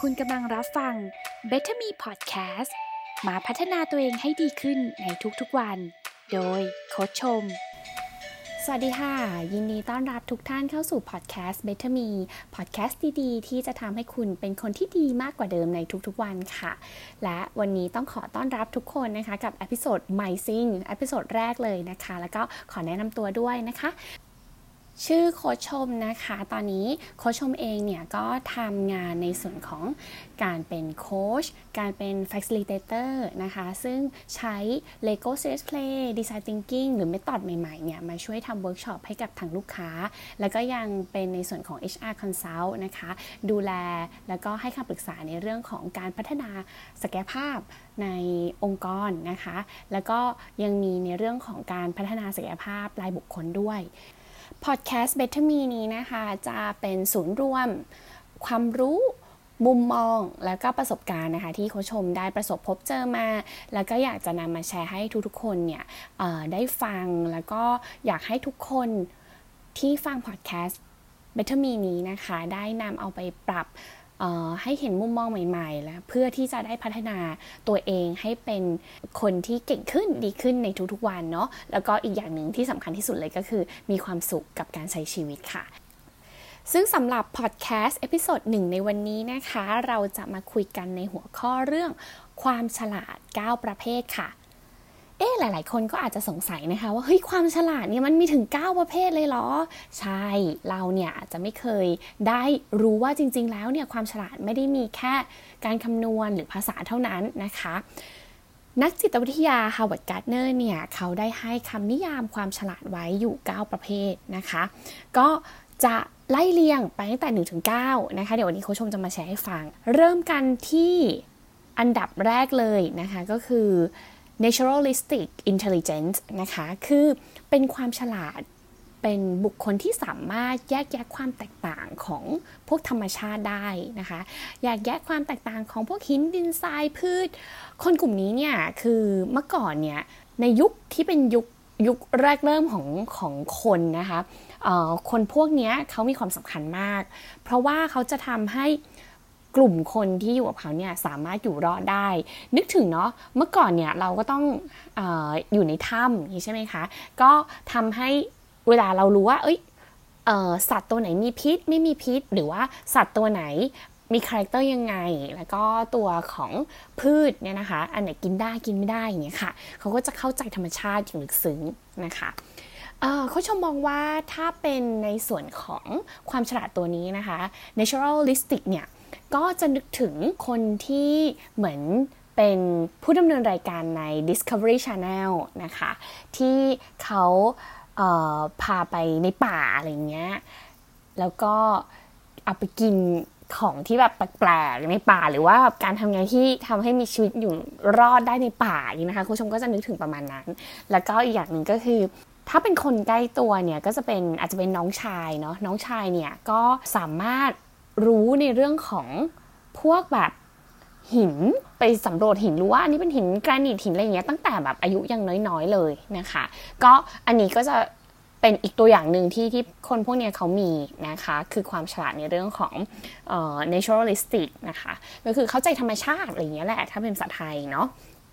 คุณกำลังรับฟัง Better Me Podcast มาพัฒนาตัวเองให้ดีขึ้นในทุกๆวันโดยโค้ชชมสวัสดีค่ะยินดีต้อนรับทุกท่านเข้าสู่ Podcast Better Me Podcast ดีๆที่จะทำให้คุณเป็นคนที่ดีมากกว่าเดิมในทุกๆวันค่ะและวันนี้ต้องขอต้อนรับทุกคนนะคะกับเอพิโซดใหม่ซิ่งเอพิโซดแรกเลยนะคะแล้วก็ขอแนะนำตัวด้วยนะคะชื่อโค้ชชมนะคะตอนนี้โค้ชชมเองเนี่ยก็ทำงานในส่วนของการเป็นโค้ชการเป็น facilitator นะคะซึ่งใช้ Lego Series Play Design Thinking หรือ Method ใหม่ๆเนี่ยมาช่วยทำเวิร์กช็อปให้กับทางลูกค้าแล้วก็ยังเป็นในส่วนของ HR Consult นะคะดูแลแล้วก็ให้คำปรึกษาในเรื่องของการพัฒนาศักยภาพในองค์กรนะคะแล้วก็ยังมีในเรื่องของการพัฒนาศักยภาพรายบุคคลด้วยPodcast Better Me นี้นะคะจะเป็นศูนย์รวมความรู้มุมมองแล้วก็ประสบการณ์นะคะที่โค้ชชมได้ประสบพบเจอมาแล้วก็อยากจะนำมาแชร์ให้ทุกๆคนเนี่ยได้ฟังแล้วก็อยากให้ทุกคนที่ฟัง Podcast Better Me นี้นะคะได้นำเอาไปปรับให้เห็นมุมมองใหม่ๆแล้วเพื่อที่จะได้พัฒนาตัวเองให้เป็นคนที่เก่งขึ้นดีขึ้นในทุกๆวันเนาะแล้วก็อีกอย่างหนึ่งที่สำคัญที่สุดเลยก็คือมีความสุขกับการใช้ชีวิตค่ะซึ่งสำหรับพอดแคสต์เอพิโซด1ในวันนี้นะคะเราจะมาคุยกันในหัวข้อเรื่องความฉลาด9ประเภทค่ะหลายๆคนก็อาจจะสงสัยนะคะว่าเฮ้ยความฉลาดเนี่ยมันมีถึง9ประเภทเลยเหรอใช่เราเนี่ยอาจจะไม่เคยได้รู้ว่าจริงๆแล้วเนี่ยความฉลาดไม่ได้มีแค่การคำนวณหรือภาษาเท่านั้นนะคะนักจิตวิทยา Howard Gardner เนี่ยเขาได้ให้คำนิยามความฉลาดไว้อยู่9ประเภทนะคะก็จะไล่เรียงไปตั้งแต่1 ถึง 9นะคะเดี๋ยววันนี้โค้ชชมจะมาแชร์ให้ฟังเริ่มกันที่อันดับแรกเลยนะคะก็คือnaturalistic intelligence นะคะคือเป็นความฉลาดเป็นบุคคลที่สามารถแยกแยะความแตกต่างของพวกธรรมชาติได้นะคะแยกแยะความแตกต่างของพวกหินดินทรายพืชคนกลุ่มนี้เนี่ยคือเมื่อก่อนเนี่ยในยุคที่เป็นยุคแรกเริ่มของคนนะคะคนพวกนี้เขามีความสำคัญมากเพราะว่าเขาจะทำให้กลุ่มคนที่อยู่กับเขาเนี่ยสามารถอยู่รอดได้นึกถึงเนาะเมื่อก่อนเนี่ยเราก็ต้องอยู่ในถ้ำใช่ไหมคะก็ทำให้เวลาเรารู้ว่าสัตว์ตัวไหนมีพิษไม่มีพิษหรือว่าสัตว์ตัวไหนมีคาแรคเตอร์ยังไงแล้วก็ตัวของพืชเนี่ยนะคะอันไหนกินได้กินไม่ได้อย่างเงี้ยค่ะเขาก็จะเข้าใจธรรมชาติอย่างลึกซึ้งนะคะเขาชมมองว่าถ้าเป็นในส่วนของความฉลาดตัวนี้นะคะ naturalistic เนี่ยก็จะนึกถึงคนที่เหมือนเป็นผู้ดำเนินรายการใน Discovery Channel นะคะที่เขาพาไปในป่าอะไรเงี้ยแล้วก็เอาไปกินของที่แบบแปลกๆในป่าหรือว่าการทำงานที่ทำให้มีชีวิตอยู่รอดได้ในป่าอย่างนี้นะคะคุณผู้ชมก็จะนึกถึงประมาณนั้นแล้วก็อีกอย่างหนึ่งก็คือถ้าเป็นคนใกล้ตัวเนี่ยก็จะเป็นอาจจะเป็นน้องชายเนาะน้องชายเนี่ยก็สามารถรู้ในเรื่องของพวกแบบหินไปสำรวจหินรู้ว่าอันนี้เป็นหินแกรนิตหินอะไรอย่างเงี้ยตั้งแต่แบบอายุยังน้อยๆเลยนะคะก็อันนี้ก็จะเป็นอีกตัวอย่างหนึ่งที่คนพวกนี้เขามีนะคะคือความฉลาดในเรื่องของnaturalistic นะคะก็คือเข้าใจธรรมชาติอะไรอย่างเงี้ยแหละถ้าเป็นภาษาไทยเนาะ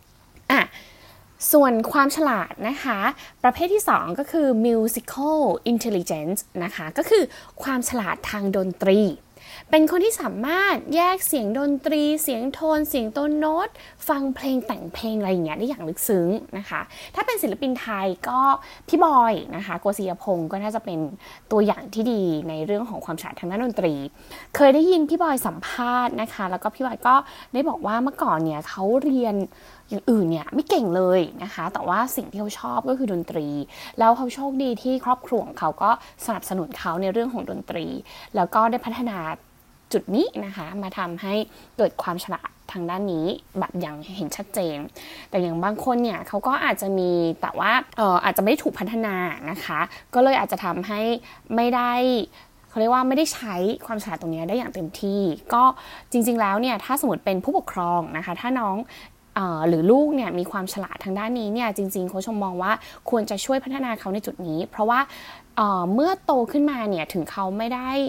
ส่วนความฉลาดนะคะประเภทที่2ก็คือ musical intelligence นะคะก็คือความฉลาดทางดนตรีเป็นคนที่สามารถแยกเสียงดนตรีเสียงโทนเสียงต้นโน้ตฟังเพลงแต่งเพลงอะไรอย่างเงี้ยได้อย่างลึกซึ้งนะคะถ้าเป็นศิลปินไทยก็พี่บอยนะคะโกศิยพงศ์ก็น่าจะเป็นตัวอย่างที่ดีในเรื่องของความฉลาดทางด้านดนตรีเคยได้ยินพี่บอยสัมภาษณ์นะคะแล้วก็พี่บอยก็ได้บอกว่าเมื่อก่อนเนี่ยเขาเรียนอย่างอื่นเนี่ยไม่เก่งเลยนะคะแต่ว่าสิ่งที่เขาชอบก็คือดนตรีแล้วเขาโชคดีที่ครอบครัวของเขาก็สนับสนุนเขาในเรื่องของดนตรีแล้วก็ได้พัฒนาจุดนี้นะคะมาทำให้เกิดความฉลาดทางด้านนี้แบบอย่างเห็นชัดเจนแต่อย่างบางคนเนี่ยเขาก็อาจจะมีแต่ว่าอาจจะไม่ได้ถูกพัฒนานะคะก็เลยอาจจะทำให้ไม่ได้เขาเรียกว่าไม่ได้ใช้ความฉลาดตรงนี้ได้อย่างเต็มที่ก็จริงๆแล้วเนี่ยถ้าสมมติเป็นผู้ปกครองนะคะถ้าน้องหรือลูกเนี่ยมีความฉลาดทางด้านนี้เนี่ยจริงๆโค้ชชมมองว่าควรจะช่วยพัฒนาเขาในจุดนี้เพราะว่าเมื่อโตขึ้นมาเนี่ยถึงเขาไม่ได้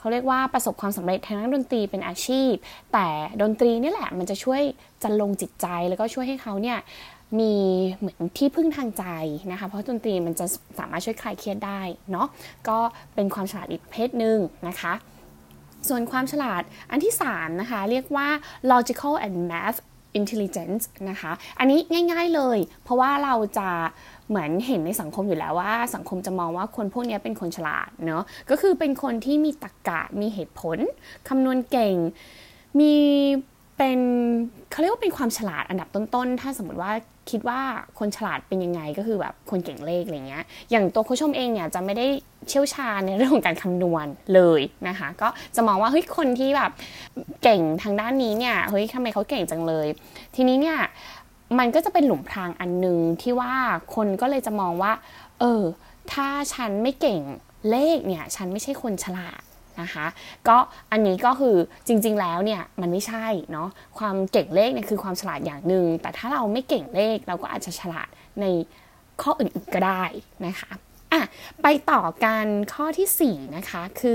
เขาเรียกว่าประสบความสำเร็จทางด้านดนตรีเป็นอาชีพแต่ดนตรีนี่แหละมันจะช่วยจันลงจิตใจแล้วก็ช่วยให้เขาเนี่ยมีเหมือนที่พึ่งทางใจนะคะเพราะดนตรีมันจะสามารถช่วยคลายเครียดได้เนาะก็เป็นความฉลาดอีกประเภทหนึ่งนะคะส่วนความฉลาดอันที่3นะคะเรียกว่า logical and math intelligence นะคะอันนี้ง่ายๆเลยเพราะว่าเราจะเหมือนเห็นในสังคมอยู่แล้วว่าสังคมจะมองว่าคนพวกนี้เป็นคนฉลาดเนาะก็คือเป็นคนที่มีตรรกะมีเหตุผลคำนวณเก่งมีเป็นเขาเรียกว่าเป็นความฉลาดอันดับต้นๆถ้าสมมติว่าคิดว่าคนฉลาดเป็นยังไงก็คือแบบคนเก่งเลขอะไรเงี้ยอย่างตัวโค้ชชมเองเนี่ยจะไม่ได้เชี่ยวชาญในเรื่องของการคำนวณเลยนะคะก็จะมองว่าเฮ้ยคนที่แบบเก่งทางด้านนี้เนี่ยเฮ้ยทำไมเขาเก่งจังเลยทีนี้เนี่ยมันก็จะเป็นหลุมพรางอันนึงที่ว่าคนก็เลยจะมองว่าถ้าฉันไม่เก่งเลขเนี่ยฉันไม่ใช่คนฉลาดนะคะก็อันนี้ก็คือจริงๆแล้วเนี่ยมันไม่ใช่เนาะความเก่งเลขเนี่ยคือความฉลาดอย่างหนึ่งแต่ถ้าเราไม่เก่งเลขเราก็อาจจะฉลาดในข้ออื่นๆก็ได้นะคะไปต่อกันข้อที่4นะคะคือ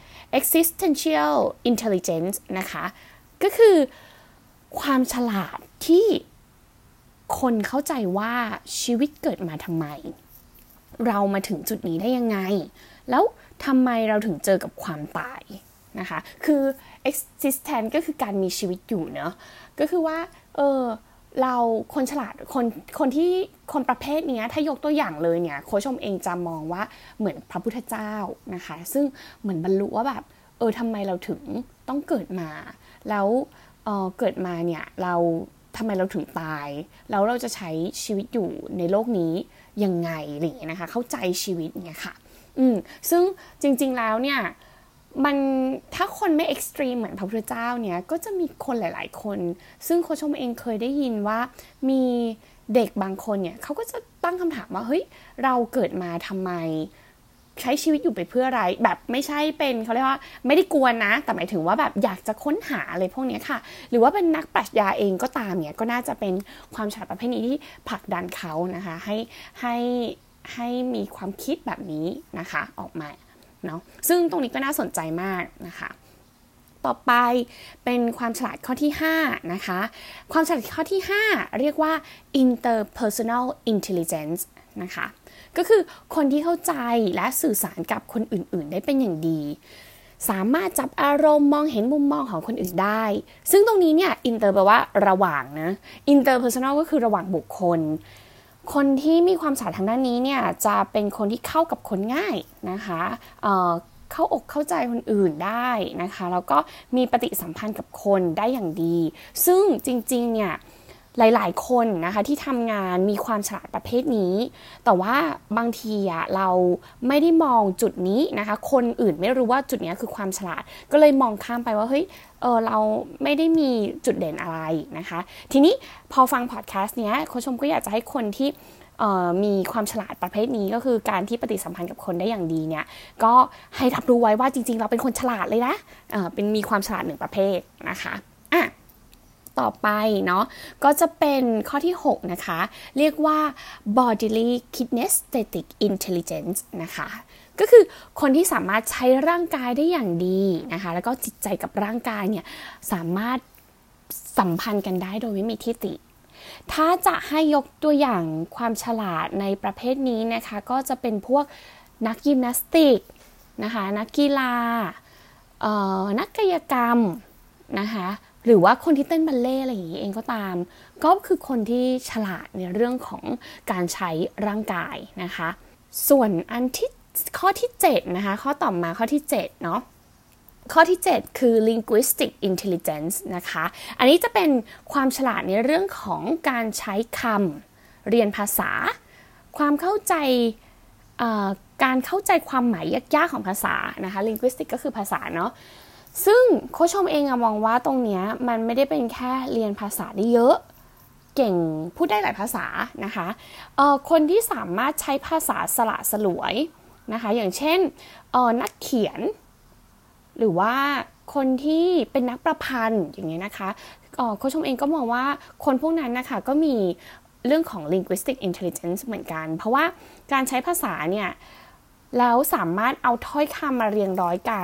existential intelligence นะคะก็คือความฉลาดที่คนเข้าใจว่าชีวิตเกิดมาทำไมเรามาถึงจุดนี้ได้ยังไงแล้วทำไมเราถึงเจอกับความตายนะคะคือ existence ก็คือการมีชีวิตอยู่เนอะก็คือว่าเราคนฉลาดคนที่คนประเภทนี้ถ้ายกตัวอย่างเลยเนี่ยโค้ชชมเองจะมองว่าเหมือนพระพุทธเจ้านะคะซึ่งเหมือนบรรลุว่าแบบทำไมเราถึงต้องเกิดมาแล้วเกิดมาเนี่ยเราทำไมเราถึงตายแล้วเราจะใช้ชีวิตอยู่ในโลกนี้ยังไงอะไรอย่างเงี้ยนะคะเข้าใจชีวิตเนี่ยค่ะซึ่งจริงๆแล้วเนี่ยมันถ้าคนไม่เอ็กซ์ตรีมเหมือนพระพุทธเจ้าเนี่ยก็จะมีคนหลายๆคนซึ่งโค้ชชมเองเคยได้ยินว่ามีเด็กบางคนเนี่ยเขาก็จะตั้งคำถามว่าเฮ้ยเราเกิดมาทำไมใช้ชีวิตอยู่ไปเพื่ออะไรแบบไม่ใช่เป็นเขาเรียกว่าไม่ได้กวนนะแต่หมายถึงว่าแบบอยากจะค้นหาอะไรพวกนี้ค่ะหรือว่าเป็นนักปรัชญาเองก็ตามเนี่ยก็น่าจะเป็นความฉลาดประเภทนี้ที่ผลักดันเขานะคะให้มีความคิดแบบนี้นะคะออกมาเนาะซึ่งตรงนี้ก็น่าสนใจมากนะคะต่อไปเป็นความฉลาดข้อที่5นะคะความฉลาดข้อที่5เรียกว่า interpersonal intelligence นะคะก็คือคนที่เข้าใจและสื่อสารกับคนอื่นๆได้เป็นอย่างดีสามารถจับอารมณ์มองเห็นมุมมองของคนอื่นได้ซึ่งตรงนี้เนี่ย inter แปลว่าระหว่างนะ interpersonal ก็คือระหว่างบุคคลคนที่มีความฉลาดทางด้านนี้เนี่ยจะเป็นคนที่เข้ากับคนง่ายนะคะเข้าอกเข้าใจคนอื่นได้นะคะแล้วก็มีปฏิสัมพันธ์กับคนได้อย่างดีซึ่งจริงๆเนี่ยหลายๆคนนะคะที่ทำงานมีความฉลาดประเภทนี้แต่ว่าบางทีเราไม่ได้มองจุดนี้นะคะคนอื่นไม่รู้ว่าจุดนี้คือความฉลาดก็เลยมองข้ามไปว่าเฮ้ยเราไม่ได้มีจุดเด่นอะไรนะคะทีนี้พอฟังพอดแคสต์เนี้ยโค้ชชมก็อยากจะให้คนที่มีความฉลาดประเภทนี้ก็คือการที่ปฏิสัมพันธ์กับคนได้อย่างดีเนี่ยก็ให้รับรู้ไว้ว่าจริงๆเราเป็นคนฉลาดเลยนะเป็นมีความฉลาด1ประเภทนะคะต่อไปเนาะก็จะเป็นข้อที่6นะคะเรียกว่า bodily kinesthetic intelligence นะคะก็คือคนที่สามารถใช้ร่างกายได้อย่างดีนะคะแล้วก็จิตใจกับร่างกายเนี่ยสามารถสัมพันธ์กันได้โดยไม่มีที่ติถ้าจะให้ยกตัวอย่างความฉลาดในประเภทนี้นะคะก็จะเป็นพวกนักยิมนาสติกนะคะนักกีฬานักกายกรรมนะคะหรือว่าคนที่เต้นบัลเล่ต์อะไรอย่างนี้เองก็ตามก็คือคนที่ฉลาดในเรื่องของการใช้ร่างกายนะคะส่วนอันที่ข้อที่7นะคะข้อต่อมาข้อที่7เนาะข้อที่7คือ linguistic intelligence นะคะอันนี้จะเป็นความฉลาดในเรื่องของการใช้คำเรียนภาษาความเข้าใจการเข้าใจความหมายยากๆของภาษานะคะ linguistic ก็คือภาษาเนาะซึ่งโค้ชชมเองมองว่าตรงเนี้ยมันไม่ได้เป็นแค่เรียนภาษาได้เยอะเก่งพูดได้หลายภาษานะคะคนที่สามารถใช้ภาษาสละสลวยนะคะอย่างเช่นนักเขียนหรือว่าคนที่เป็นนักประพันธ์อย่างเงี้ยนะคะโค้ชชมเองก็มองว่าคนพวกนั้นนะคะก็มีเรื่องของ linguistic intelligence เหมือนกันเพราะว่าการใช้ภาษาเนี่ยแล้วสามารถเอาถ้อยคำมาเรียงร้อยกัน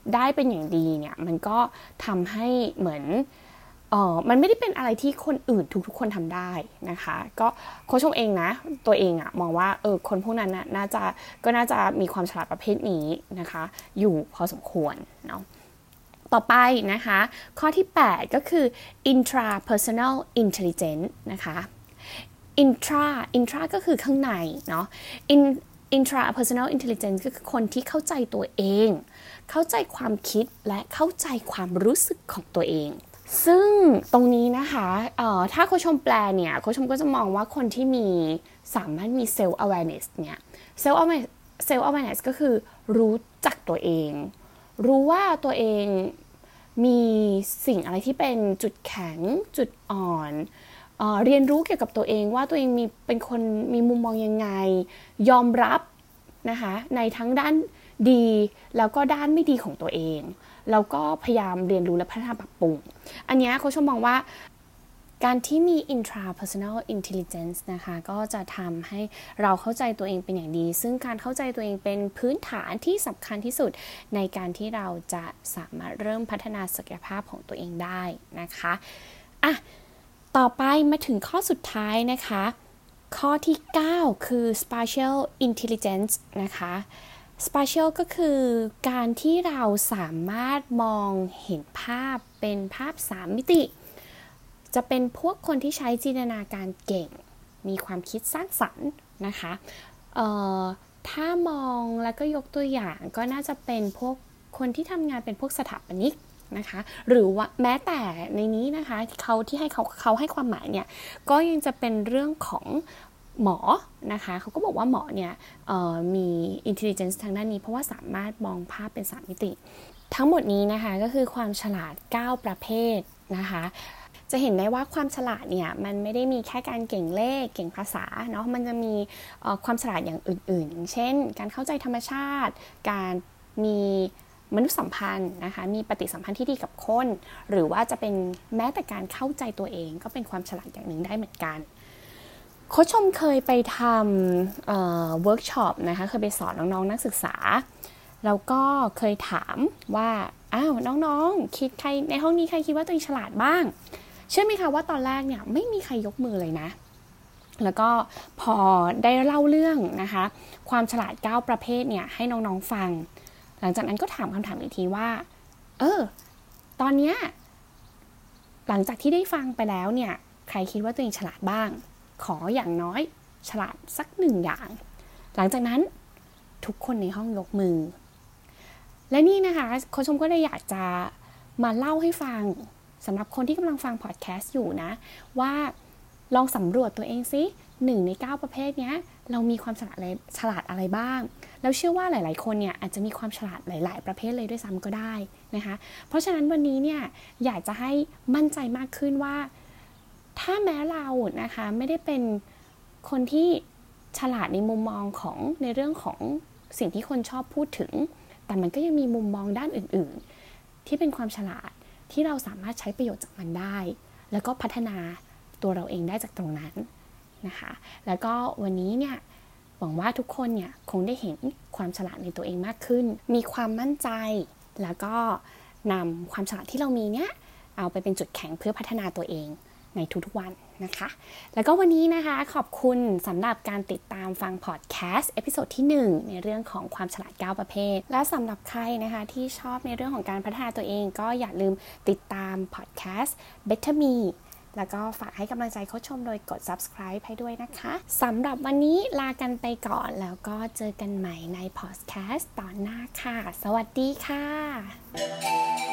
ได้เป็นอย่างดีเนี่ยมันก็ทำให้เหมือนมันไม่ได้เป็นอะไรที่คนอื่นทุกๆคนทำได้นะคะก็โค้ชชมเองนะตัวเองมองว่าคนพวกนั้นน่าจะมีความฉลาดประเภทนี้นะคะอยู่พอสมควรเนาะต่อไปนะคะข้อที่8ก็คือ intrapersonal intelligence นะคะ intra ก็คือข้างในเนาะ intrapersonal intelligence ก็คือคนที่เข้าใจตัวเองเข้าใจความคิดและเข้าใจความรู้สึกของตัวเองซึ่งตรงนี้นะคะถ้าโค้ชชมแปลเนี่ยโค้ชชมก็จะมองว่าคนที่สามารถมี self awareness เนี่ย self awareness ก็คือรู้จักตัวเองรู้ว่าตัวเองมีสิ่งอะไรที่เป็นจุดแข็งจุดอ่อนเรียนรู้เกี่ยวกับตัวเองว่าตัวเองเป็นคนมีมุมมองยังไงยอมรับนะคะในทั้งด้านดีแล้วก็ด้านไม่ดีของตัวเองแล้วก็พยายามเรียนรู้และพัฒนาปรับปรุงอันนี้โค้ชมองว่าการที่มี intrapersonal intelligence นะคะก็จะทำให้เราเข้าใจตัวเองเป็นอย่างดีซึ่งการเข้าใจตัวเองเป็นพื้นฐานที่สำคัญที่สุดในการที่เราจะสามารถเริ่มพัฒนาศักยภาพของตัวเองได้นะคะต่อไปมาถึงข้อสุดท้ายนะคะข้อที่9คือ spatial intelligence นะคะ spatial ก็คือการที่เราสามารถมองเห็นภาพเป็นภาพ3มิติจะเป็นพวกคนที่ใช้จินตนาการเก่งมีความคิดสร้างสรรค์นะคะถ้ามองแล้วก็ยกตัวอย่างก็น่าจะเป็นพวกคนที่ทำงานเป็นพวกสถาปนิกนะคะหรือว่าแม้แต่ในนี้นะคะเขาให้ความหมายเนี่ยก็ยังจะเป็นเรื่องของหมอนะคะเขาก็บอกว่าหมอเนี่ยมี intelligence ทางด้านนี้เพราะว่าสามารถมองภาพเป็น3มิติทั้งหมดนี้นะคะก็คือความฉลาด9ประเภทนะคะจะเห็นได้ว่าความฉลาดเนี่ยมันไม่ได้มีแค่การเก่งเลขเก่งภาษาเนาะมันจะมีความฉลาดอย่างอื่นๆเช่นการเข้าใจธรรมชาติการมีมนุษยสัมพันธ์นะคะมีปฏิสัมพันธ์ที่ดีกับคนหรือว่าจะเป็นแม้แต่การเข้าใจตัวเองก็เป็นความฉลาดอย่างหนึ่งได้เหมือนกันโค้ชชมเคยไปทำเวิร์กช็อปนะคะเคยไปสอนน้องๆนักศึกษาแล้วก็เคยถามว่าน้องๆคิดใครในห้องนี้ใครคิดว่าตัวเองฉลาดบ้างเชื่อไหมคะว่าตอนแรกเนี่ยไม่มีใครยกมือเลยนะแล้วก็พอได้เล่าเรื่องนะคะความฉลาด9ประเภทเนี่ยให้น้องๆฟังหลังจากนั้นก็ถามคำถามอีกทีว่าตอนเนี้ยหลังจากที่ได้ฟังไปแล้วเนี่ยใครคิดว่าตัวเองฉลาดบ้างขออย่างน้อยฉลาดสัก1อย่างหลังจากนั้นทุกคนในห้องยกมือและนี่นะคะโค้ชชมก็เลยอยากจะมาเล่าให้ฟังสำหรับคนที่กำลังฟังพอดแคสต์อยู่นะว่าลองสำรวจตัวเองซิ1ใน9ประเภทนี้เรามีความฉลาดอะไรบ้างแล้วเชื่อว่าหลายๆคนเนี่ยอาจจะมีความฉลาดหลายๆประเภทเลยด้วยซ้ำก็ได้นะคะเพราะฉะนั้นวันนี้เนี่ยอยากจะให้มั่นใจมากขึ้นว่าถ้าแม้เรานะคะไม่ได้เป็นคนที่ฉลาดในมุมมองของในเรื่องของสิ่งที่คนชอบพูดถึงแต่มันก็ยังมีมุมมองด้านอื่นๆที่เป็นความฉลาดที่เราสามารถใช้ประโยชน์จากมันได้แล้วก็พัฒนาตัวเราเองได้จากตรงนั้นนะคะแล้วก็วันนี้เนี่ยหวังว่าทุกคนเนี่ยคงได้เห็นความฉลาดในตัวเองมากขึ้นมีความมั่นใจแล้วก็นำความฉลาดที่เรามีเนี่ยเอาไปเป็นจุดแข็งเพื่อพัฒนาตัวเองในทุกๆวันนะคะแล้วก็วันนี้นะคะขอบคุณสำหรับการติดตามฟังพอดแคสต์เอพิโซดที่1ในเรื่องของความฉลาด9ประเภทและสำหรับใครนะคะที่ชอบในเรื่องของการพัฒนาตัวเองก็อย่าลืมติดตามพอดแคสต์ Better Me แล้วก็ฝากให้กำลังใจโค้ชชมโดยกด subscribe ให้ด้วยนะคะสำหรับวันนี้ลากันไปก่อนแล้วก็เจอกันใหม่ในพอดแคสต์ตอนหน้าค่ะสวัสดีค่ะ